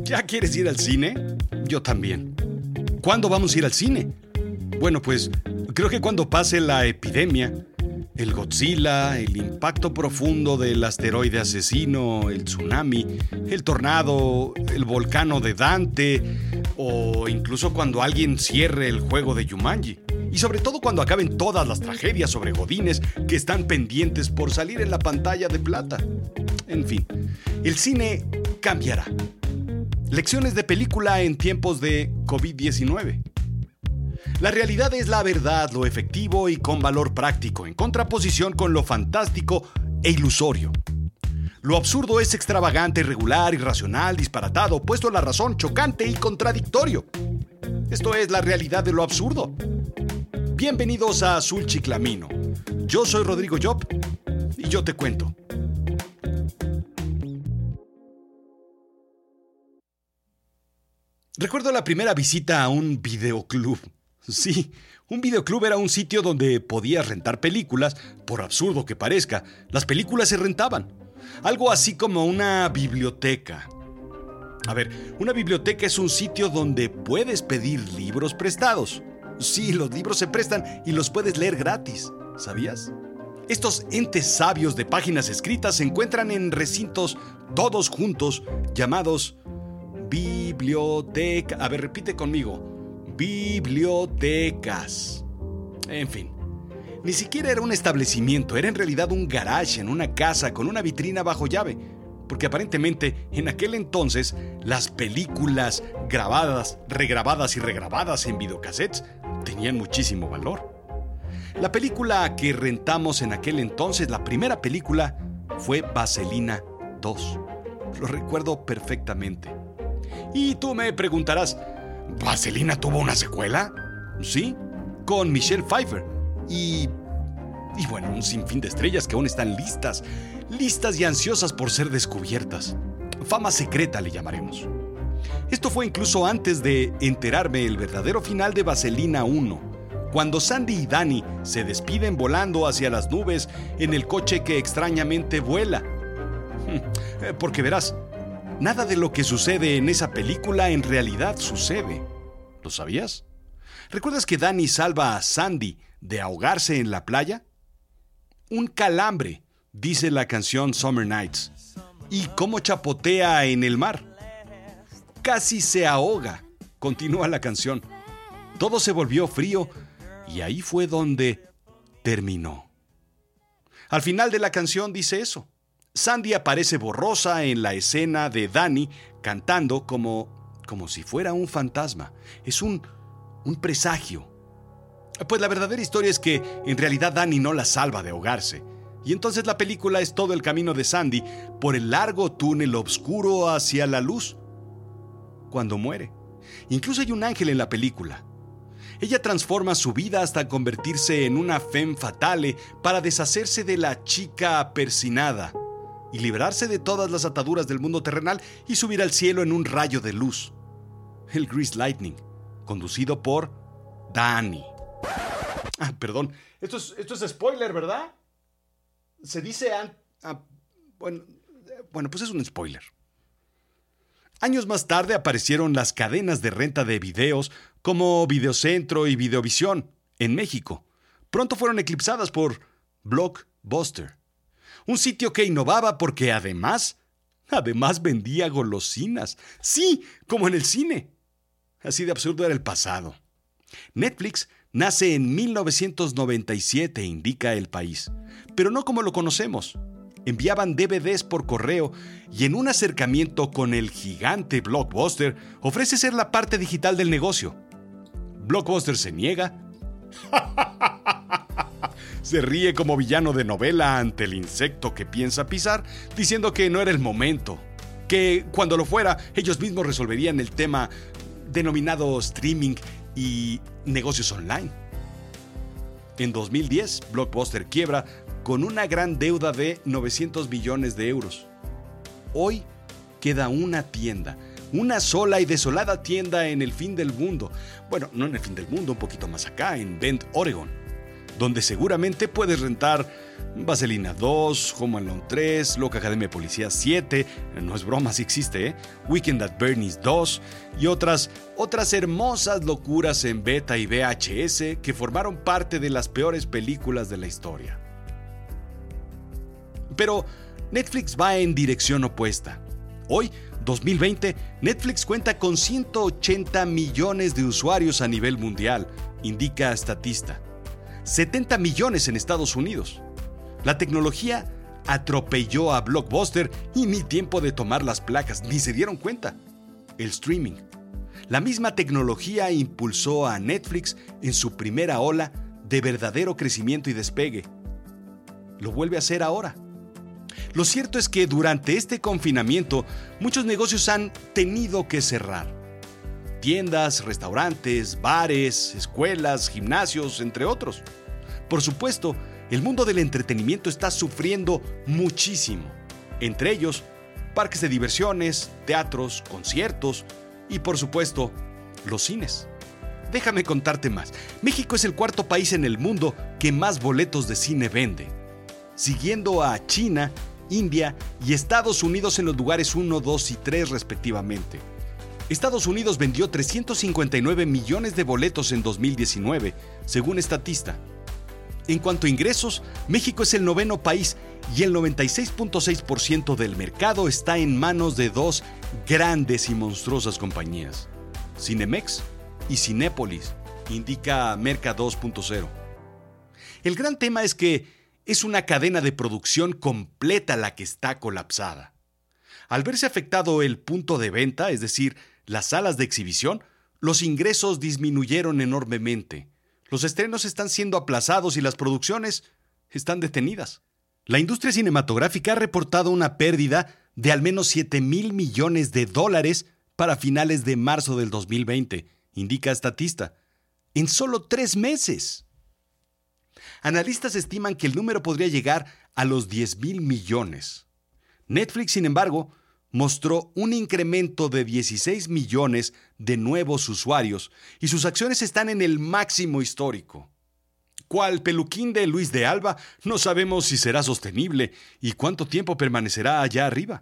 ¿Ya quieres ir al cine? Yo también. ¿Cuándo vamos a ir al cine? Bueno, pues creo que cuando pase la epidemia, el Godzilla, el impacto profundo del asteroide asesino, el tsunami, el tornado, el volcán de Dante, o incluso cuando alguien cierre el juego de Jumanji. Y sobre todo cuando acaben todas las tragedias sobre godines que están pendientes por salir en la pantalla de plata. En fin, el cine cambiará. Lecciones de película en tiempos de COVID-19. La realidad es la verdad, lo efectivo y con valor práctico, en contraposición con lo fantástico e ilusorio. Lo absurdo es extravagante, irregular, irracional, disparatado, opuesto a la razón, chocante y contradictorio. Esto es la realidad de lo absurdo. Bienvenidos a Azul Chiclamino. Yo soy Rodrigo Job y yo te cuento. Recuerdo la primera visita a un videoclub. Sí, un videoclub era un sitio donde podías rentar películas, por absurdo que parezca. Las películas se rentaban. Algo así como una biblioteca. A ver, una biblioteca es un sitio donde puedes pedir libros prestados. Sí, los libros se prestan y los puedes leer gratis. ¿Sabías? Estos entes sabios de páginas escritas se encuentran en recintos todos juntos llamados biblioteca. A ver, repite conmigo. Bibliotecas. En fin, ni siquiera era un establecimiento, era en realidad un garage en una casa con una vitrina bajo llave, porque aparentemente en aquel entonces las películas grabadas, regrabadas y regrabadas en videocassettes tenían muchísimo valor. La película que rentamos en aquel entonces, la primera película, fue Vaselina 2. Lo recuerdo perfectamente. Y tú me preguntarás, ¿Vaselina tuvo una secuela? Sí, con Michelle Pfeiffer y bueno, un sinfín de estrellas que aún están listas y ansiosas por ser descubiertas. Fama secreta le llamaremos. Esto fue incluso antes de enterarme el verdadero final de Vaselina 1, cuando Sandy y Danny se despiden volando hacia las nubes en el coche que extrañamente vuela. Porque verás, nada de lo que sucede en esa película en realidad sucede. ¿Lo sabías? ¿Recuerdas que Danny salva a Sandy de ahogarse en la playa? Un calambre, dice la canción Summer Nights. ¿Y cómo chapotea en el mar? Casi se ahoga, continúa la canción. Todo se volvió frío y ahí fue donde terminó. Al final de la canción dice eso. Sandy aparece borrosa en la escena de Danny cantando como si fuera un fantasma. Es un presagio. Pues la verdadera historia es que en realidad Danny no la salva de ahogarse. Y entonces la película es todo el camino de Sandy por el largo túnel oscuro hacia la luz. Cuando muere. Incluso hay un ángel en la película. Ella transforma su vida hasta convertirse en una femme fatale para deshacerse de la chica persinada y librarse de todas las ataduras del mundo terrenal y subir al cielo en un rayo de luz. El Grease Lightning, conducido por Danny. Perdón, esto es spoiler, ¿verdad? Se dice... Bueno, pues es un spoiler. Años más tarde aparecieron las cadenas de renta de videos como Videocentro y Videovisión en México. Pronto fueron eclipsadas por Blockbuster. Un sitio que innovaba porque además vendía golosinas. Sí, como en el cine. Así de absurdo era el pasado. Netflix nace en 1997, indica El País, pero no como lo conocemos. Enviaban DVDs por correo y en un acercamiento con el gigante Blockbuster ofrece ser la parte digital del negocio. Blockbuster se niega. Se ríe como villano de novela ante el insecto que piensa pisar, diciendo que no era el momento, que cuando lo fuera ellos mismos resolverían el tema denominado streaming y negocios online. En 2010, Blockbuster quiebra con una gran deuda de 900 millones de euros. Hoy queda una tienda, una sola y desolada tienda en el fin del mundo. Bueno, no en el fin del mundo, un poquito más acá, en Bend, Oregon. donde seguramente puedes rentar Vaselina 2, Home Alone 3, Loca Academia de Policía 7, no es broma, sí existe, Weekend at Bernie's 2 y otras hermosas locuras en beta y VHS que formaron parte de las peores películas de la historia. Pero Netflix va en dirección opuesta. Hoy, 2020, Netflix cuenta con 180 millones de usuarios a nivel mundial, indica Statista. 70 millones en Estados Unidos. La tecnología atropelló a Blockbuster y ni tiempo de tomar las placas, ni se dieron cuenta. El streaming. La misma tecnología impulsó a Netflix en su primera ola de verdadero crecimiento y despegue. Lo vuelve a hacer ahora. Lo cierto es que durante este confinamiento, muchos negocios han tenido que cerrar. Tiendas, restaurantes, bares, escuelas, gimnasios, entre otros. Por supuesto, el mundo del entretenimiento está sufriendo muchísimo. Entre ellos, parques de diversiones, teatros, conciertos y, por supuesto, los cines. Déjame contarte más. México es el cuarto país en el mundo que más boletos de cine vende, siguiendo a China, India y Estados Unidos en los lugares 1, 2 y 3 respectivamente. Estados Unidos vendió 359 millones de boletos en 2019, según Statista. En cuanto a ingresos, México es el noveno país y el 96.6% del mercado está en manos de dos grandes y monstruosas compañías, Cinemex y Cinépolis, indica Merca 2.0. El gran tema es que es una cadena de producción completa la que está colapsada. Al verse afectado el punto de venta, es decir, las salas de exhibición, los ingresos disminuyeron enormemente. Los estrenos están siendo aplazados y las producciones están detenidas. La industria cinematográfica ha reportado una pérdida de al menos $7,000 millones para finales de marzo del 2020, indica Statista. En solo 3 meses. Analistas estiman que el número podría llegar a los 10,000 millones. Netflix, sin embargo, mostró un incremento de 16 millones de nuevos usuarios y sus acciones están en el máximo histórico. ¿Cuál peluquín de Luis de Alba? No sabemos si será sostenible y cuánto tiempo permanecerá allá arriba.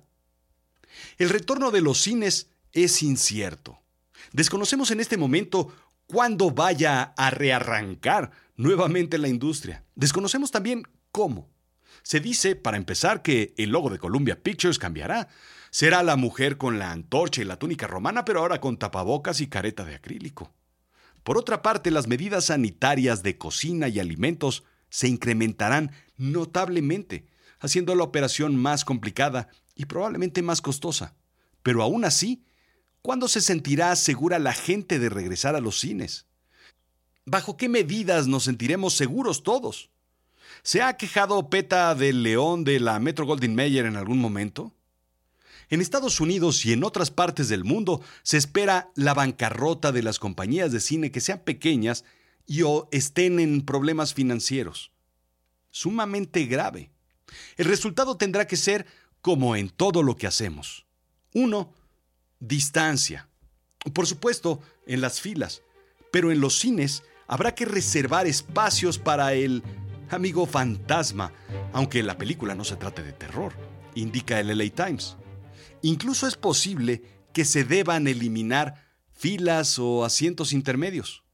El retorno de los cines es incierto. Desconocemos en este momento cuándo vaya a rearrancar nuevamente la industria. Desconocemos también cómo. Se dice, para empezar, que el logo de Columbia Pictures cambiará. Será la mujer con la antorcha y la túnica romana, pero ahora con tapabocas y careta de acrílico. Por otra parte, las medidas sanitarias de cocina y alimentos se incrementarán notablemente, haciendo la operación más complicada y probablemente más costosa. Pero aún así, ¿cuándo se sentirá segura la gente de regresar a los cines? ¿Bajo qué medidas nos sentiremos seguros todos? ¿Se ha quejado Peta del León de la Metro-Goldwyn-Mayer en algún momento? En Estados Unidos y en otras partes del mundo se espera la bancarrota de las compañías de cine que sean pequeñas y o estén en problemas financieros. Sumamente grave. El resultado tendrá que ser como en todo lo que hacemos. 1. Distancia. Por supuesto, en las filas, pero en los cines habrá que reservar espacios para el amigo fantasma, aunque la película no se trate de terror, indica el LA Times. Incluso es posible que se deban eliminar filas o asientos intermedios.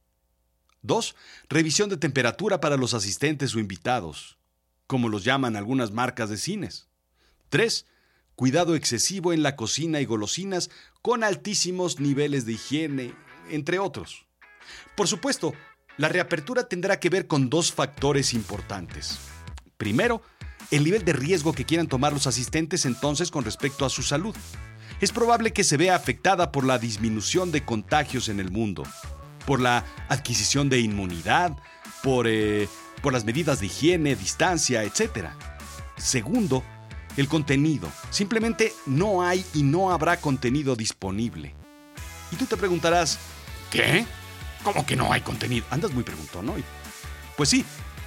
2. Revisión de temperatura para los asistentes o invitados, como los llaman algunas marcas de cines. 3. Cuidado excesivo en la cocina y golosinas con altísimos niveles de higiene, entre otros. Por supuesto, la reapertura tendrá que ver con 2 factores importantes. Primero, el nivel de riesgo que quieran tomar los asistentes entonces con respecto a su salud. Es probable que se vea afectada por la disminución de contagios en el mundo, por la adquisición de inmunidad, por las medidas de higiene, distancia, etc. Segundo, el contenido. Simplemente no hay y no habrá contenido disponible. Y tú te preguntarás, ¿qué? ¿Cómo que no hay contenido? Andas muy preguntón, ¿no? Pues sí,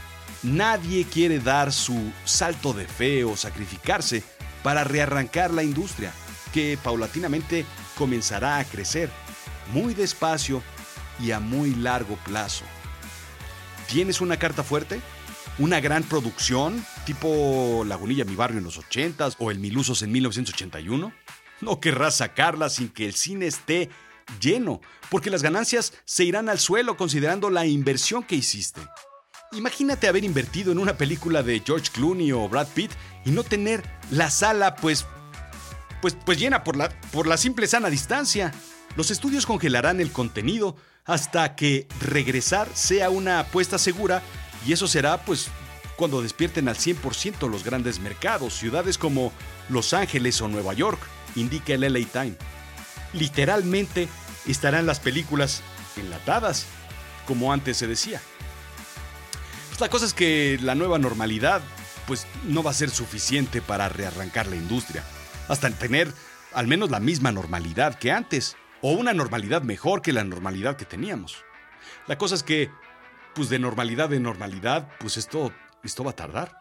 nadie quiere dar su salto de fe o sacrificarse para rearrancar la industria, que paulatinamente comenzará a crecer, muy despacio y a muy largo plazo. ¿Tienes una carta fuerte? ¿Una gran producción, tipo Lagunilla, mi barrio en los 80s o El Milusos en 1981? No querrás sacarla sin que el cine esté lleno, porque las ganancias se irán al suelo considerando la inversión que hiciste. Imagínate haber invertido en una película de George Clooney o Brad Pitt y no tener la sala pues llena por la simple sana distancia. Los estudios congelarán el contenido hasta que regresar sea una apuesta segura, y eso será pues cuando despierten al 100% los grandes mercados, ciudades como Los Ángeles o Nueva York, indica el LA Times. Literalmente estarán las películas enlatadas, como antes se decía. Pues la cosa es que la nueva normalidad pues no va a ser suficiente para rearrancar la industria, hasta tener al menos la misma normalidad que antes, o una normalidad mejor que la normalidad que teníamos. La cosa es que, pues de normalidad en normalidad, pues esto va a tardar.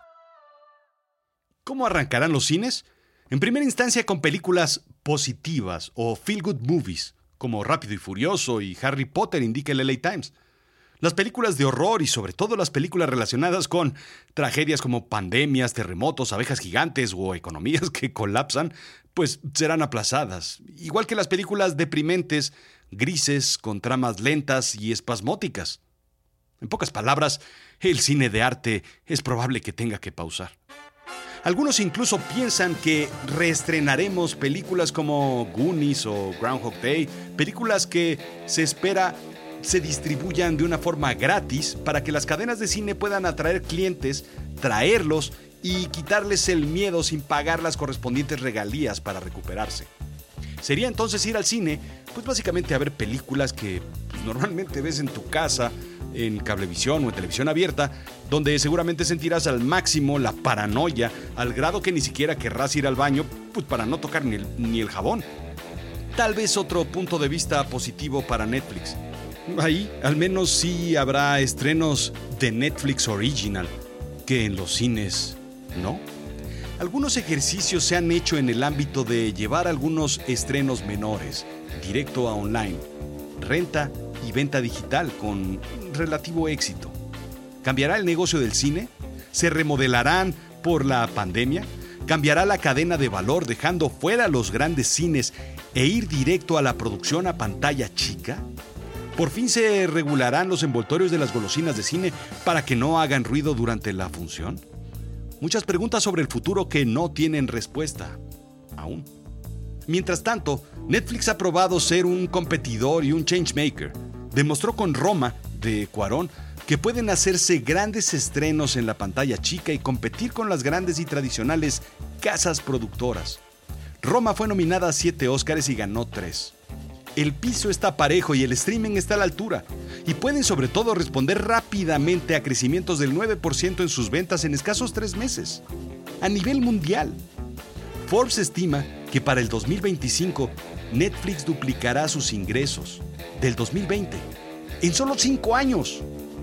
¿Cómo arrancarán los cines? En primera instancia con películas positivas o feel-good movies, como Rápido y Furioso y Harry Potter, indica el LA Times. Las películas de horror y sobre todo las películas relacionadas con tragedias como pandemias, terremotos, abejas gigantes o economías que colapsan, pues serán aplazadas. Igual que las películas deprimentes, grises, con tramas lentas y espasmódicas. En pocas palabras, el cine de arte es probable que tenga que pausar. Algunos incluso piensan que reestrenaremos películas como Goonies o Groundhog Day, películas que se espera se distribuyan de una forma gratis para que las cadenas de cine puedan atraer clientes, traerlos y quitarles el miedo sin pagar las correspondientes regalías para recuperarse. Sería entonces ir al cine, pues básicamente a ver películas que pues, normalmente ves en tu casa, en cablevisión o en televisión abierta, donde seguramente sentirás al máximo la paranoia, al grado que ni siquiera querrás ir al baño pues, para no tocar ni el jabón. Tal vez otro punto de vista positivo para Netflix. Ahí al menos sí habrá estrenos de Netflix Original, que en los cines no. Algunos ejercicios se han hecho en el ámbito de llevar algunos estrenos menores directo a online, renta y venta digital con relativo éxito. ¿Cambiará el negocio del cine? ¿Se remodelarán por la pandemia? ¿Cambiará la cadena de valor dejando fuera los grandes cines e ir directo a la producción a pantalla chica? ¿Por fin se regularán los envoltorios de las golosinas de cine para que no hagan ruido durante la función? Muchas preguntas sobre el futuro que no tienen respuesta aún. Mientras tanto, Netflix ha probado ser un competidor y un changemaker. Demostró con Roma, de Cuarón, que pueden hacerse grandes estrenos en la pantalla chica y competir con las grandes y tradicionales casas productoras. Roma fue nominada a 7 Óscares y ganó 3. El piso está parejo y el streaming está a la altura, y pueden sobre todo responder rápidamente a crecimientos del 9% en sus ventas en escasos 3 meses. A nivel mundial, Forbes estima que para el 2025 Netflix duplicará sus ingresos del 2020 en solo 5 años.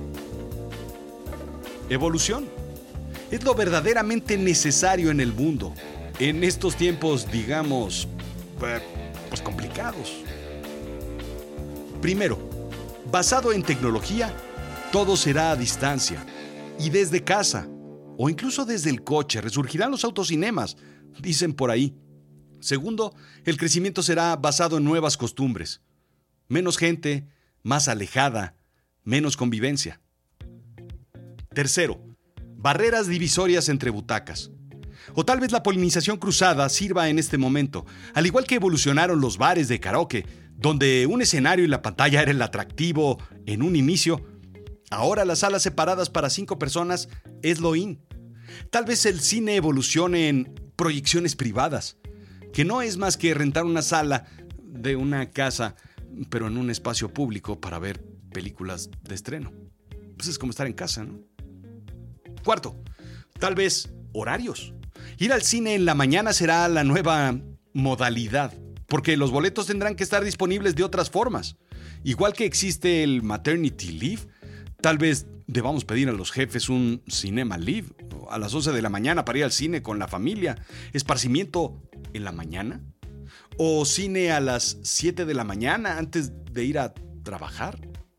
Evolución es lo verdaderamente necesario en el mundo, en estos tiempos, digamos, pues complicados. Primero, basado en tecnología, todo será a distancia y desde casa o incluso desde el coche resurgirán los autocinemas, dicen por ahí. Segundo, el crecimiento será basado en nuevas costumbres. Menos gente, más alejada, menos convivencia. Tercero, barreras divisorias entre butacas. O tal vez la polinización cruzada sirva en este momento, al igual que evolucionaron los bares de karaoke, donde un escenario y la pantalla era el atractivo en un inicio. Ahora las salas separadas para 5 personas es lo in. Tal vez el cine evolucione en proyecciones privadas, que no es más que rentar una sala de una casa, pero en un espacio público para ver películas de estreno. Pues es como estar en casa, ¿no? Cuarto, tal vez horarios. Ir al cine en la mañana será la nueva modalidad, porque los boletos tendrán que estar disponibles de otras formas. Igual que existe el maternity leave, tal vez debamos pedir a los jefes un cinema leave a las 11 de la mañana para ir al cine con la familia. ¿Esparcimiento en la mañana? ¿O cine a las 7 de la mañana antes de ir a trabajar?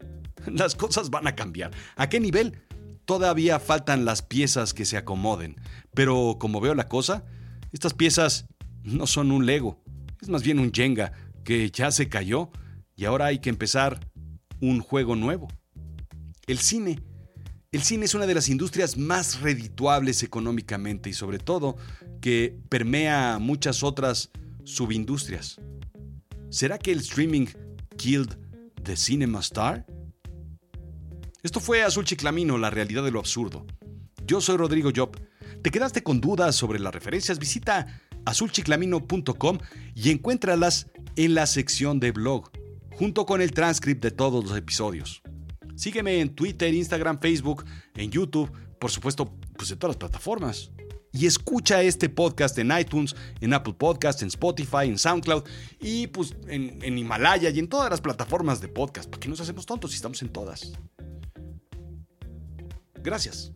Las cosas van a cambiar. ¿A qué nivel? Todavía faltan las piezas que se acomoden. Pero como veo la cosa, estas piezas no son un Lego. Es más bien un Jenga que ya se cayó y ahora hay que empezar un juego nuevo. El cine. El cine es una de las industrias más redituables económicamente y sobre todo que permea muchas otras subindustrias. ¿Será que el streaming killed the cinema star? Esto fue Azul Chiclamino, la realidad de lo absurdo. Yo soy Rodrigo Job. ¿Te quedaste con dudas sobre las referencias? Visita azulchiclamino.com y encuéntralas en la sección de blog, junto con el transcript de todos los episodios. Sígueme en Twitter, Instagram, Facebook, en YouTube, por supuesto, pues en todas las plataformas. Y escucha este podcast en iTunes, en Apple Podcasts, en Spotify, en SoundCloud y pues en Himalaya y en todas las plataformas de podcast. ¿Para qué nos hacemos tontos si estamos en todas? Gracias.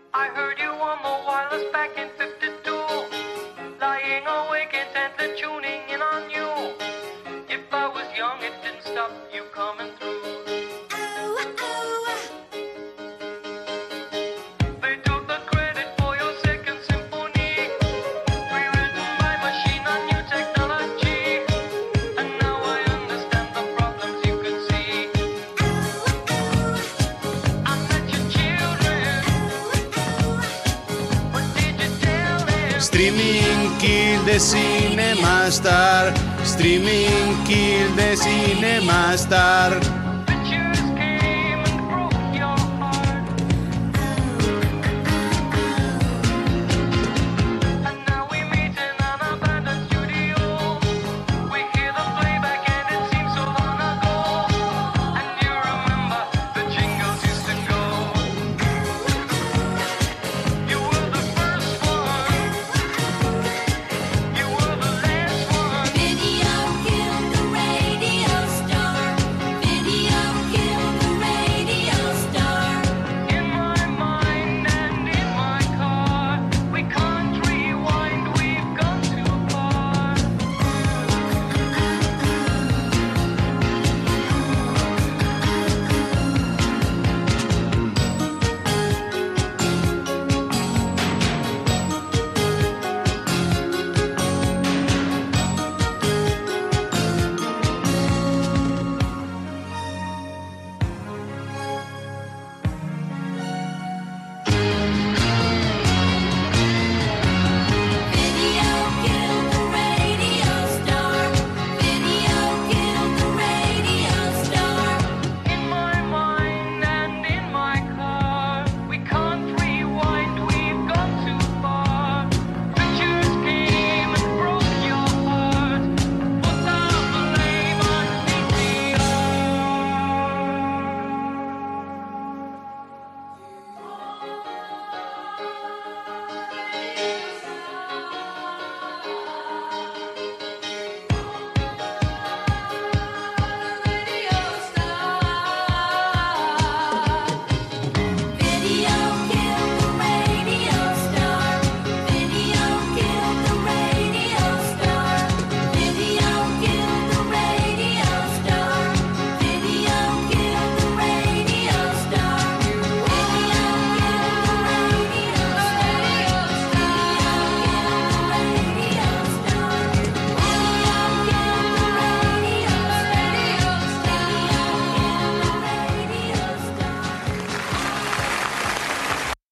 I heard you on the wireless back in 52, lying awake intently tuning in on you. If I was young, it didn't stop you coming through. They took the credit for your second symphony, rewritten by machine on new technology. And now I understand the problems you could see. I met your children. What did you tell them? Streaming Kill de Cinemastar. Streaming Kill de Cinemastar.